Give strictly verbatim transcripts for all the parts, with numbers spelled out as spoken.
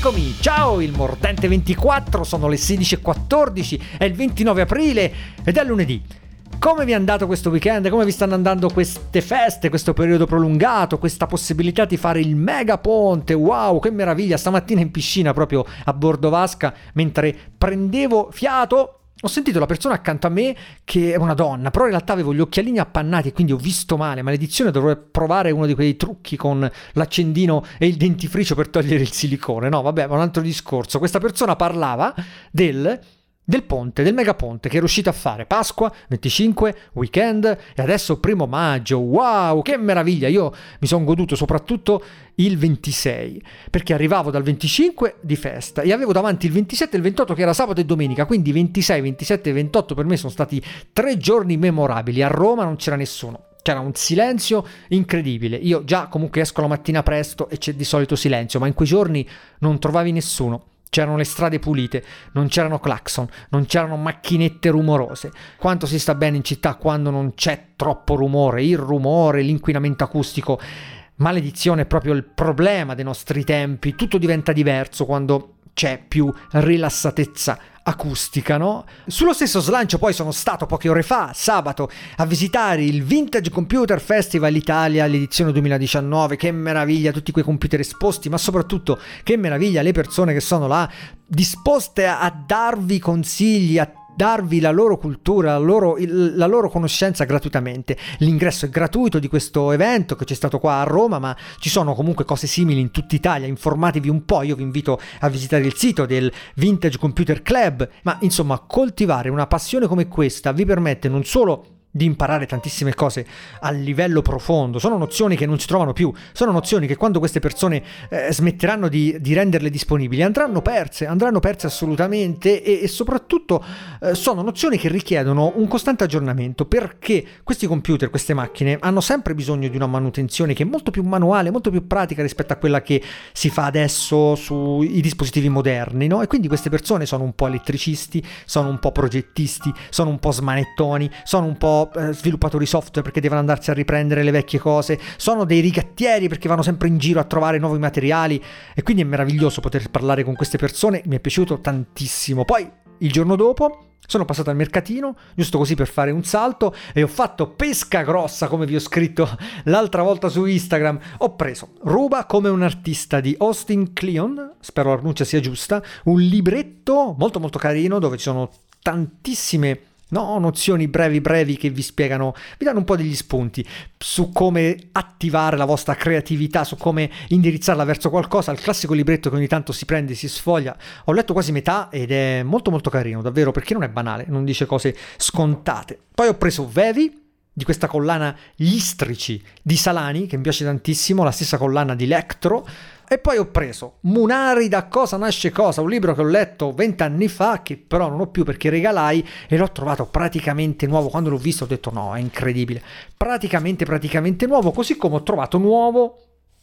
Eccomi, ciao, il Mordente ventiquattro, sono le sedici e quattordici, è il ventinove aprile ed è lunedì. Come vi è andato questo weekend? Come vi stanno andando queste feste, questo periodo prolungato, questa possibilità di fare il mega ponte? Wow, che meraviglia! Stamattina in piscina proprio a Bordovasca, mentre prendevo fiato, ho sentito la persona accanto a me che è una donna, però in realtà avevo gli occhialini appannati e quindi ho visto male. Maledizione, dovrei provare uno di quei trucchi con l'accendino e il dentifricio per togliere il silicone. No, vabbè, ma un altro discorso. Questa persona parlava del... del ponte, del megaponte che è riuscito a fare. Pasqua, venticinque, weekend e adesso primo maggio. Wow, che meraviglia! Io mi sono goduto soprattutto il ventisei, perché arrivavo dal venticinque di festa e avevo davanti il ventisette e il ventotto che era sabato e domenica, quindi ventisei, ventisette e ventotto per me sono stati tre giorni memorabili. A Roma non c'era nessuno. C'era un silenzio incredibile. Io già comunque esco la mattina presto e c'è di solito silenzio, ma in quei giorni non trovavi nessuno. C'erano le strade pulite, non c'erano clacson, non c'erano macchinette rumorose. Quanto si sta bene in città quando non c'è troppo rumore, il rumore, l'inquinamento acustico. Maledizione, è proprio il problema dei nostri tempi. Tutto diventa diverso quando c'è più rilassatezza acustica, no? Sullo stesso slancio poi sono stato poche ore fa, sabato, a visitare il Vintage Computer Festival Italia, l'edizione duemiladiciannove. Che meraviglia, tutti quei computer esposti, ma soprattutto che meraviglia le persone che sono là disposte a darvi consigli, a darvi la loro cultura, la loro, il, la loro conoscenza gratuitamente. L'ingresso è gratuito di questo evento che c'è stato qua a Roma, ma ci sono comunque cose simili in tutta Italia. Informatevi un po', io vi invito a visitare il sito del Vintage Computer Club. Ma insomma, coltivare una passione come questa vi permette non solo di imparare tantissime cose a livello profondo, sono nozioni che non si trovano più, sono nozioni che quando queste persone eh, smetteranno di, di renderle disponibili andranno perse, andranno perse assolutamente e, e soprattutto eh, sono nozioni che richiedono un costante aggiornamento, perché questi computer, queste macchine hanno sempre bisogno di una manutenzione che è molto più manuale, molto più pratica rispetto a quella che si fa adesso sui dispositivi moderni, no? E quindi queste persone sono un po' elettricisti, sono un po' progettisti, sono un po' smanettoni, sono un po' sviluppatori software perché devono andarsi a riprendere le vecchie cose, sono dei rigattieri perché vanno sempre in giro a trovare nuovi materiali e quindi è meraviglioso poter parlare con queste persone. Mi è piaciuto tantissimo. Poi il giorno dopo sono passato al mercatino, giusto così per fare un salto, e ho fatto pesca grossa, come vi ho scritto l'altra volta su Instagram. Ho preso Ruba come un artista di Austin Kleon, spero la pronuncia sia giusta, un libretto molto molto carino dove ci sono tantissime No, nozioni brevi brevi che vi spiegano, vi danno un po' degli spunti su come attivare la vostra creatività, su come indirizzarla verso qualcosa. Il classico libretto che ogni tanto si prende, si sfoglia. Ho letto quasi metà ed è molto molto carino, davvero, perché non è banale, non dice cose scontate. Poi ho preso Vevi, di questa collana Gli Istrici di Salani, che mi piace tantissimo, la stessa collana di Lectro. E poi ho preso Munari, Da cosa nasce cosa, un libro che ho letto vent'anni fa, che però non ho più perché regalai, e l'ho trovato praticamente nuovo. Quando l'ho visto ho detto no, è incredibile, praticamente praticamente nuovo, così come ho trovato nuovo,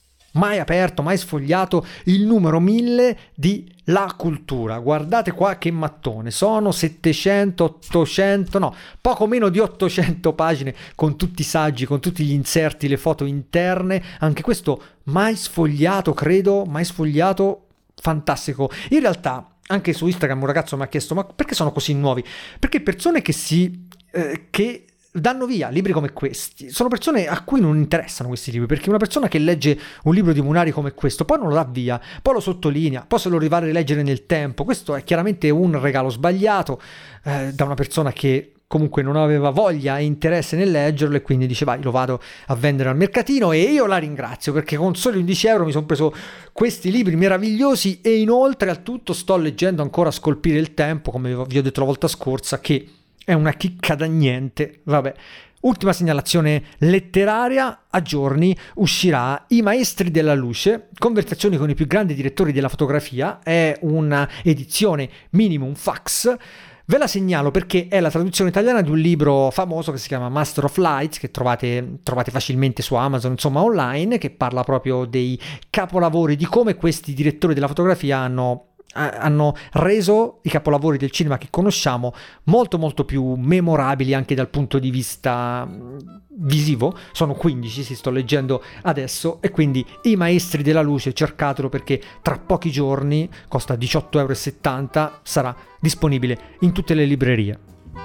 mai aperto, mai sfogliato, il numero mille di La Cultura. Guardate qua che mattone, sono settecento, ottocento, no, poco meno di ottocento pagine con tutti i saggi, con tutti gli inserti, le foto interne. Anche questo mai sfogliato, credo, mai sfogliato, fantastico. In realtà anche su Instagram un ragazzo mi ha chiesto: ma perché sono così nuovi? Perché persone che si eh, che danno via libri come questi sono persone a cui non interessano questi libri, perché una persona che legge un libro di Munari come questo poi non lo dà via, poi lo sottolinea, poi se lo rivale a rileggere nel tempo. Questo è chiaramente un regalo sbagliato eh, da una persona che comunque non aveva voglia e interesse nel leggerlo, e quindi dice vai, lo vado a vendere al mercatino. E io la ringrazio, perché con soli undici euro mi sono preso questi libri meravigliosi, e inoltre al tutto sto leggendo ancora Scolpire il tempo, come vi ho detto la volta scorsa, che è una chicca da niente. Vabbè. Ultima segnalazione letteraria: a giorni uscirà I Maestri della Luce, conversazioni con i più grandi direttori della fotografia. È una edizione minimum fax. Ve la segnalo perché è la traduzione italiana di un libro famoso che si chiama Master of Lights, che trovate, trovate facilmente su Amazon, insomma online, che parla proprio dei capolavori, di come questi direttori della fotografia hanno hanno reso i capolavori del cinema che conosciamo molto molto più memorabili anche dal punto di vista visivo. Sono quindici, si sto leggendo adesso, e quindi I Maestri della Luce, cercatelo perché tra pochi giorni, costa diciotto virgola settanta euro, sarà disponibile in tutte le librerie.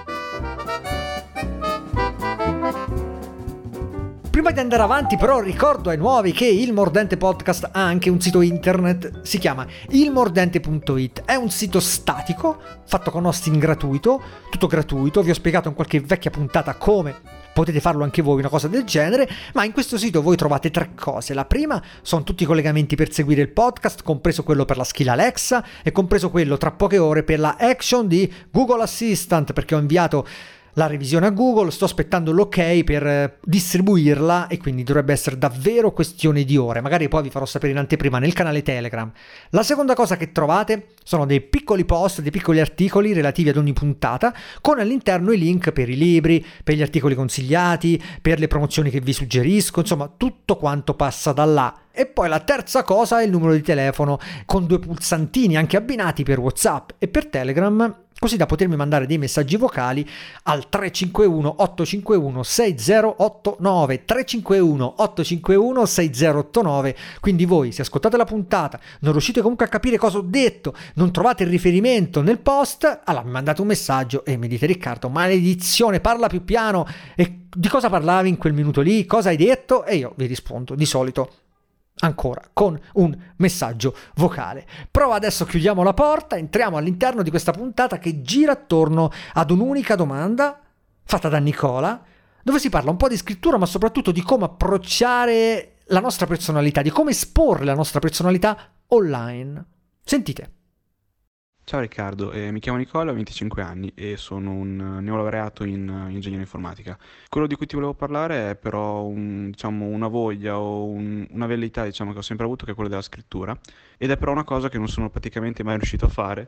Prima di andare avanti però ricordo ai nuovi che Il Mordente Podcast ha anche un sito internet, si chiama il mordente punto it, è un sito statico fatto con hosting gratuito, tutto gratuito. Vi ho spiegato in qualche vecchia puntata come potete farlo anche voi, una cosa del genere, ma in questo sito voi trovate tre cose. La prima sono tutti i collegamenti per seguire il podcast, compreso quello per la skill Alexa e compreso quello tra poche ore per la action di Google Assistant, perché ho inviato la revisione a Google, sto aspettando l'ok per distribuirla e quindi dovrebbe essere davvero questione di ore. Magari poi vi farò sapere in anteprima nel canale Telegram. La seconda cosa che trovate sono dei piccoli post, dei piccoli articoli relativi ad ogni puntata, con all'interno i link per i libri, per gli articoli consigliati, per le promozioni che vi suggerisco, insomma tutto quanto passa da là. E poi la terza cosa è il numero di telefono con due pulsantini anche abbinati per WhatsApp e per Telegram, così da potermi mandare dei messaggi vocali al tre cinque uno otto cinque uno sei zero otto nove tre cinque uno otto cinque uno sei zero otto nove. Quindi voi, se ascoltate la puntata, non riuscite comunque a capire cosa ho detto, non trovate il riferimento nel post, allora mi mandate un messaggio e mi dite: Riccardo, maledizione, parla più piano, e di cosa parlavi in quel minuto lì, cosa hai detto? E io vi rispondo di solito ancora con un messaggio vocale. Però adesso chiudiamo la porta, entriamo all'interno di questa puntata che gira attorno ad un'unica domanda fatta da Nicola, dove si parla un po' di scrittura, ma soprattutto di come approcciare la nostra personalità, di come esporre la nostra personalità online. Sentite. Ciao Riccardo, eh, mi chiamo Nicola, ho venticinque anni e sono un neolaureato in uh, ingegneria informatica. Quello di cui ti volevo parlare è però un, diciamo, una voglia o un, una velleità, diciamo, che ho sempre avuto, che è quella della scrittura, ed è però una cosa che non sono praticamente mai riuscito a fare,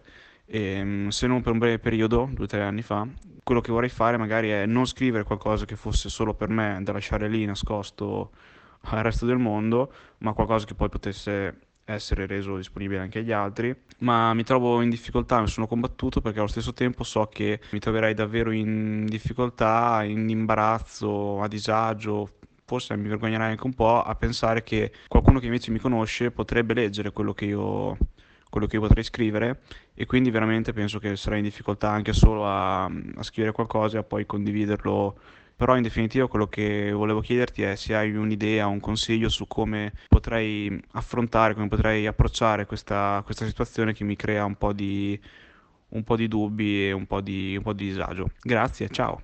e, se non per un breve periodo, due o tre anni fa. Quello che vorrei fare magari è non scrivere qualcosa che fosse solo per me, da lasciare lì nascosto al resto del mondo, ma qualcosa che poi potesse essere reso disponibile anche agli altri. Ma mi trovo in difficoltà, mi sono combattuto, perché allo stesso tempo so che mi troverai davvero in difficoltà, in imbarazzo, a disagio, forse mi vergognerai anche un po' a pensare che qualcuno che invece mi conosce potrebbe leggere quello che io quello che io potrei scrivere, e quindi veramente penso che sarei in difficoltà anche solo a, a scrivere qualcosa e a poi condividerlo. Però in definitiva quello che volevo chiederti è se hai un'idea, un consiglio su come potrei affrontare, come potrei approcciare questa, questa situazione che mi crea un po' di, un po' di dubbi e un po' di, un po' di disagio. Grazie, ciao!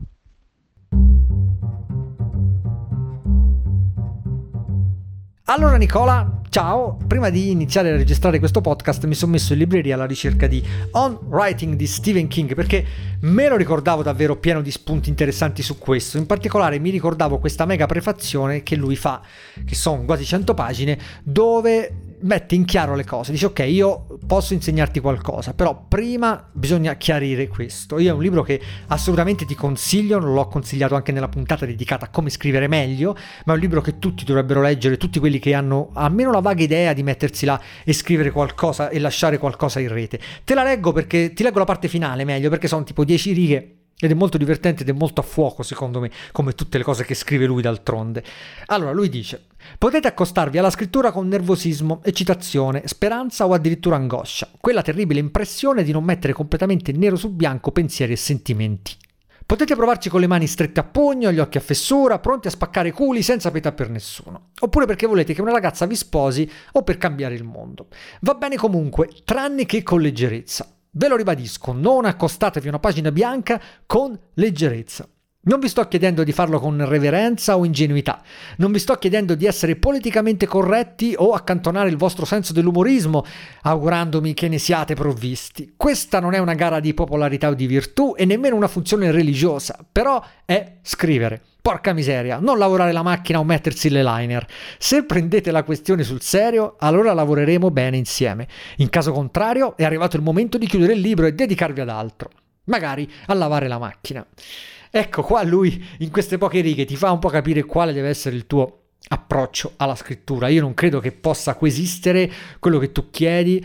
Allora Nicola, ciao! Prima di iniziare a registrare questo podcast mi sono messo in libreria alla ricerca di On Writing di Stephen King, perché me lo ricordavo davvero pieno di spunti interessanti su questo. In particolare mi ricordavo questa mega prefazione che lui fa, che sono quasi cento pagine, dove mette in chiaro le cose. Dice: ok, io posso insegnarti qualcosa, però prima bisogna chiarire questo. Io è un libro che assolutamente ti consiglio, non l'ho consigliato anche nella puntata dedicata a come scrivere meglio, ma è un libro che tutti dovrebbero leggere, tutti quelli che hanno almeno la vaga idea di mettersi là e scrivere qualcosa e lasciare qualcosa in rete. Te la leggo perché ti leggo la parte finale meglio, perché sono tipo dieci righe ed è molto divertente ed è molto a fuoco secondo me, come tutte le cose che scrive lui d'altronde. Allora lui dice: potete accostarvi alla scrittura con nervosismo, eccitazione, speranza o addirittura angoscia, quella terribile impressione di non mettere completamente nero su bianco pensieri e sentimenti. Potete provarci con le mani strette a pugno, gli occhi a fessura, pronti a spaccare culi senza pietà per nessuno. Oppure perché volete che una ragazza vi sposi o per cambiare il mondo. Va bene comunque, tranne che con leggerezza. Ve lo ribadisco, non accostatevi a una pagina bianca con leggerezza. Non vi sto chiedendo di farlo con reverenza o ingenuità, non vi sto chiedendo di essere politicamente corretti o accantonare il vostro senso dell'umorismo, augurandomi che ne siate provvisti. Questa non è una gara di popolarità o di virtù e nemmeno una funzione religiosa, però è scrivere. Porca miseria, non lavorare la macchina o mettersi le liner. Se prendete la questione sul serio, allora lavoreremo bene insieme. In caso contrario, è arrivato il momento di chiudere il libro e dedicarvi ad altro. Magari a lavare la macchina. Ecco, qua lui in queste poche righe ti fa un po' capire quale deve essere il tuo approccio alla scrittura. Io non credo che possa coesistere quello che tu chiedi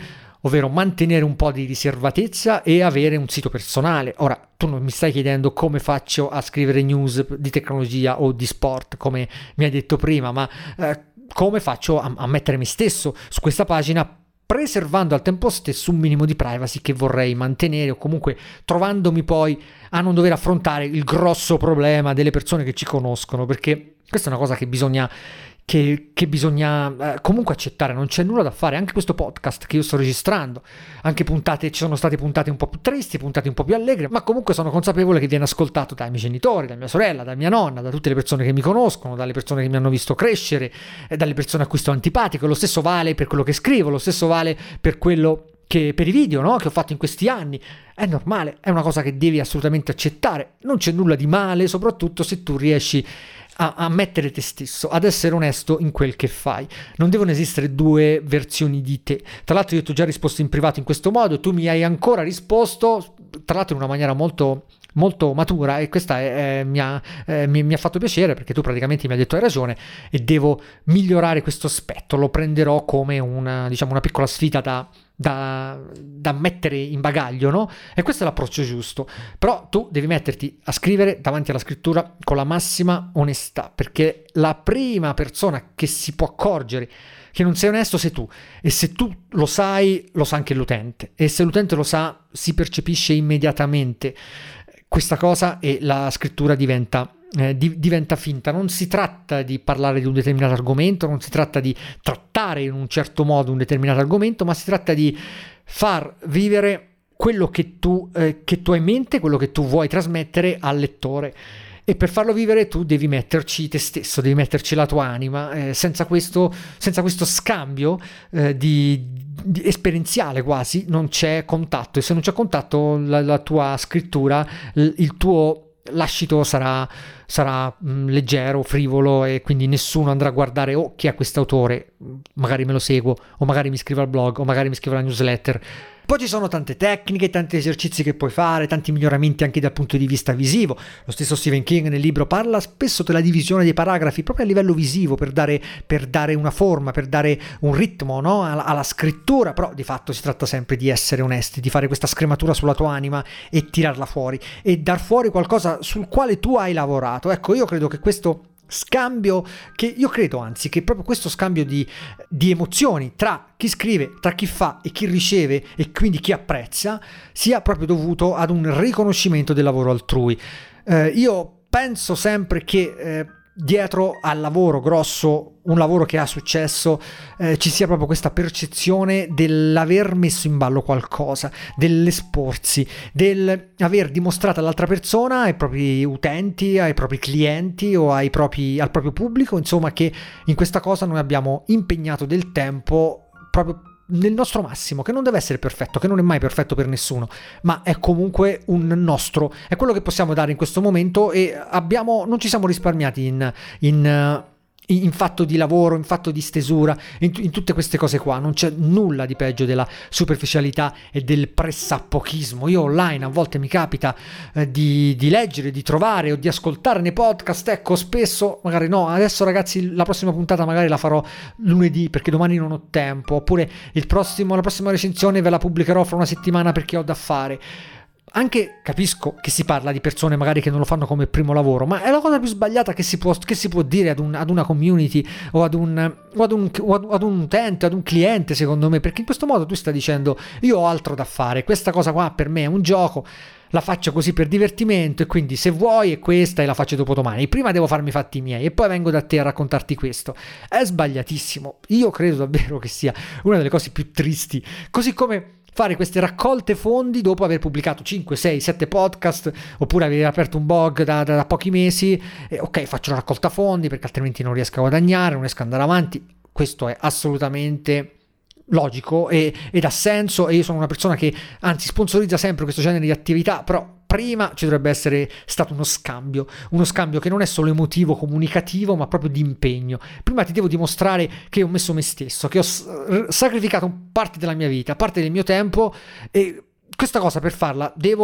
ovvero mantenere un po' di riservatezza e avere un sito personale. Ora, tu non mi stai chiedendo come faccio a scrivere news di tecnologia o di sport, come mi hai detto prima, ma eh, come faccio a, a mettere me stesso su questa pagina, preservando al tempo stesso un minimo di privacy che vorrei mantenere, o comunque trovandomi poi a non dover affrontare il grosso problema delle persone che ci conoscono, perché questa è una cosa che bisogna Che, che bisogna eh, comunque accettare. Non c'è nulla da fare. Anche questo podcast che io sto registrando, anche puntate, ci sono state puntate un po' più tristi, puntate un po' più allegre, ma comunque sono consapevole che viene ascoltato dai miei genitori, da mia sorella, da mia nonna, da tutte le persone che mi conoscono, dalle persone che mi hanno visto crescere, e dalle persone a cui sto antipatico. Lo stesso vale per quello che scrivo, lo stesso vale per quello che per i video, no? che ho fatto in questi anni. È normale, è una cosa che devi assolutamente accettare. Non c'è nulla di male, soprattutto se tu riesci a, a mettere te stesso, ad essere onesto in quel che fai. Non devono esistere due versioni di te. Tra l'altro io ti ho già risposto in privato in questo modo, tu mi hai ancora risposto, tra l'altro in una maniera molto molto matura, e questa è, è, mi, ha, eh, mi, mi ha fatto piacere, perché tu praticamente mi hai detto hai ragione e devo migliorare questo aspetto. Lo prenderò come una, diciamo, una piccola sfida da Da, da mettere in bagaglio, no? E questo è l'approccio giusto. Però tu devi metterti a scrivere davanti alla scrittura con la massima onestà, perché la prima persona che si può accorgere che non sei onesto sei tu, e se tu lo sai lo sa anche l'utente, e se l'utente lo sa si percepisce immediatamente questa cosa e la scrittura diventa Eh, di, diventa finta. Non si tratta di parlare di un determinato argomento, non si tratta di trattare in un certo modo un determinato argomento, ma si tratta di far vivere quello che tu, eh, che tu hai in mente, quello che tu vuoi trasmettere al lettore. E per farlo vivere tu devi metterci te stesso, devi metterci la tua anima. Eh, senza questo, senza questo scambio eh, di, di esperienziale quasi non c'è contatto, e se non c'è contatto la, la tua scrittura, il, il tuo lascito sarà, sarà mh, leggero, frivolo, e quindi nessuno andrà a guardare oh chi è quest'autore, magari me lo seguo, o magari mi iscrivo al blog, o magari mi iscrivo alla newsletter. Poi ci sono tante tecniche, tanti esercizi che puoi fare, tanti miglioramenti anche dal punto di vista visivo. Lo stesso Stephen King nel libro parla spesso della divisione dei paragrafi proprio a livello visivo, per dare, per dare una forma, per dare un ritmo, no? alla, alla scrittura. Però di fatto si tratta sempre di essere onesti, di fare questa scrematura sulla tua anima e tirarla fuori, e dar fuori qualcosa sul quale tu hai lavorato. Ecco, io credo che questo scambio, che io credo anzi che proprio questo scambio di, di emozioni tra chi scrive, tra chi fa e chi riceve, e quindi chi apprezza, sia proprio dovuto ad un riconoscimento del lavoro altrui. Eh, io penso sempre che eh, dietro al lavoro grosso, un lavoro che ha successo, eh, ci sia proprio questa percezione dell'aver messo in ballo qualcosa, dell'esporsi, del aver dimostrato all'altra persona, ai propri utenti, ai propri clienti o ai propri, al proprio pubblico, insomma, che in questa cosa noi abbiamo impegnato del tempo proprio nel nostro massimo, che non deve essere perfetto, che non è mai perfetto per nessuno, ma è comunque un nostro, è quello che possiamo dare in questo momento, e abbiamo, non ci siamo risparmiati in, in in fatto di lavoro, in fatto di stesura, in, in tutte queste cose qua. Non c'è nulla di peggio della superficialità e del pressappochismo. Io online a volte mi capita eh, di, di leggere, di trovare o di ascoltare nei podcast, ecco, spesso magari no, adesso ragazzi la prossima puntata magari la farò lunedì perché domani non ho tempo, oppure il prossimo, la prossima recensione ve la pubblicherò fra una settimana perché ho da fare. Anche capisco che si parla di persone magari che non lo fanno come primo lavoro, ma è la cosa più sbagliata che si può, che si può dire ad, un, ad una community o ad un, o ad un, o ad un utente, ad un cliente, secondo me, perché in questo modo tu stai dicendo io ho altro da fare, questa cosa qua per me è un gioco, la faccio così per divertimento, e quindi se vuoi è questa e la faccio dopodomani, prima devo farmi i fatti miei e poi vengo da te a raccontarti questo. È sbagliatissimo. Io credo davvero che sia una delle cose più tristi, così come fare queste raccolte fondi dopo aver pubblicato cinque, sei, sette podcast, oppure aver aperto un blog da, da, da pochi mesi, e ok, faccio una raccolta fondi perché altrimenti non riesco a guadagnare, non riesco ad andare avanti. Questo è assolutamente logico e, ed ha senso, e io sono una persona che anzi sponsorizza sempre questo genere di attività, però prima ci dovrebbe essere stato uno scambio, uno scambio che non è solo emotivo, comunicativo, ma proprio di impegno. Prima ti devo dimostrare che ho messo me stesso, che ho sacrificato parte della mia vita, parte del mio tempo, e questa cosa per farla devo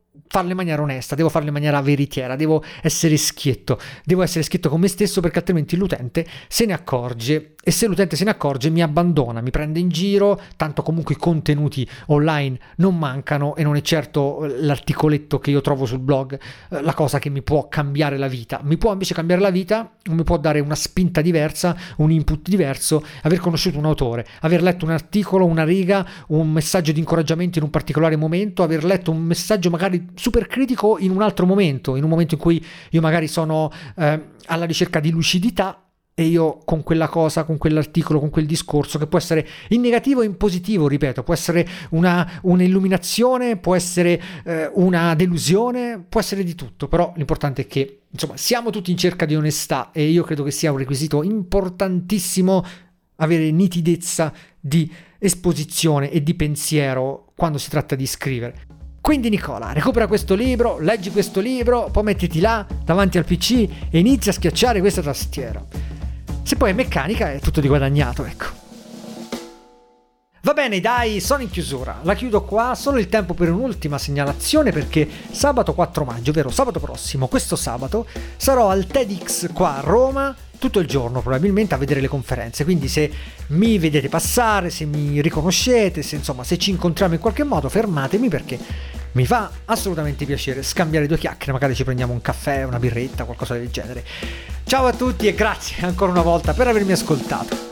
farlo in maniera onesta, devo farlo in maniera veritiera, devo essere schietto, devo essere schietto con me stesso, perché altrimenti l'utente se ne accorge, e se l'utente se ne accorge mi abbandona, mi prende in giro, tanto comunque i contenuti online non mancano e non è certo l'articoletto che io trovo sul blog eh, la cosa che mi può cambiare la vita. Mi può invece cambiare la vita, mi può dare una spinta diversa, un input diverso, aver conosciuto un autore, aver letto un articolo, una riga, un messaggio di incoraggiamento in un particolare momento, aver letto un messaggio magari super critico in un altro momento, in un momento in cui io magari sono eh, alla ricerca di lucidità, e io con quella cosa, con quell'articolo, con quel discorso, che può essere in negativo e in positivo, ripeto, può essere una, un'illuminazione, può essere eh, una delusione, può essere di tutto, però l'importante è che, insomma, siamo tutti in cerca di onestà, e io credo che sia un requisito importantissimo avere nitidezza di esposizione e di pensiero quando si tratta di scrivere. Quindi Nicola, recupera questo libro, leggi questo libro, poi mettiti là davanti al P C e inizia a schiacciare questa tastiera. Se poi è meccanica è tutto di guadagnato, ecco. Va bene, dai, sono in chiusura. La chiudo qua, solo il tempo per un'ultima segnalazione, perché sabato quattro maggio, ovvero sabato prossimo, questo sabato, sarò al TEDx qua a Roma tutto il giorno probabilmente a vedere le conferenze, quindi se mi vedete passare, se mi riconoscete, se insomma se ci incontriamo in qualche modo, fermatemi, perché mi fa assolutamente piacere scambiare due chiacchiere, magari ci prendiamo un caffè, una birretta, qualcosa del genere. Ciao a tutti e grazie ancora una volta per avermi ascoltato.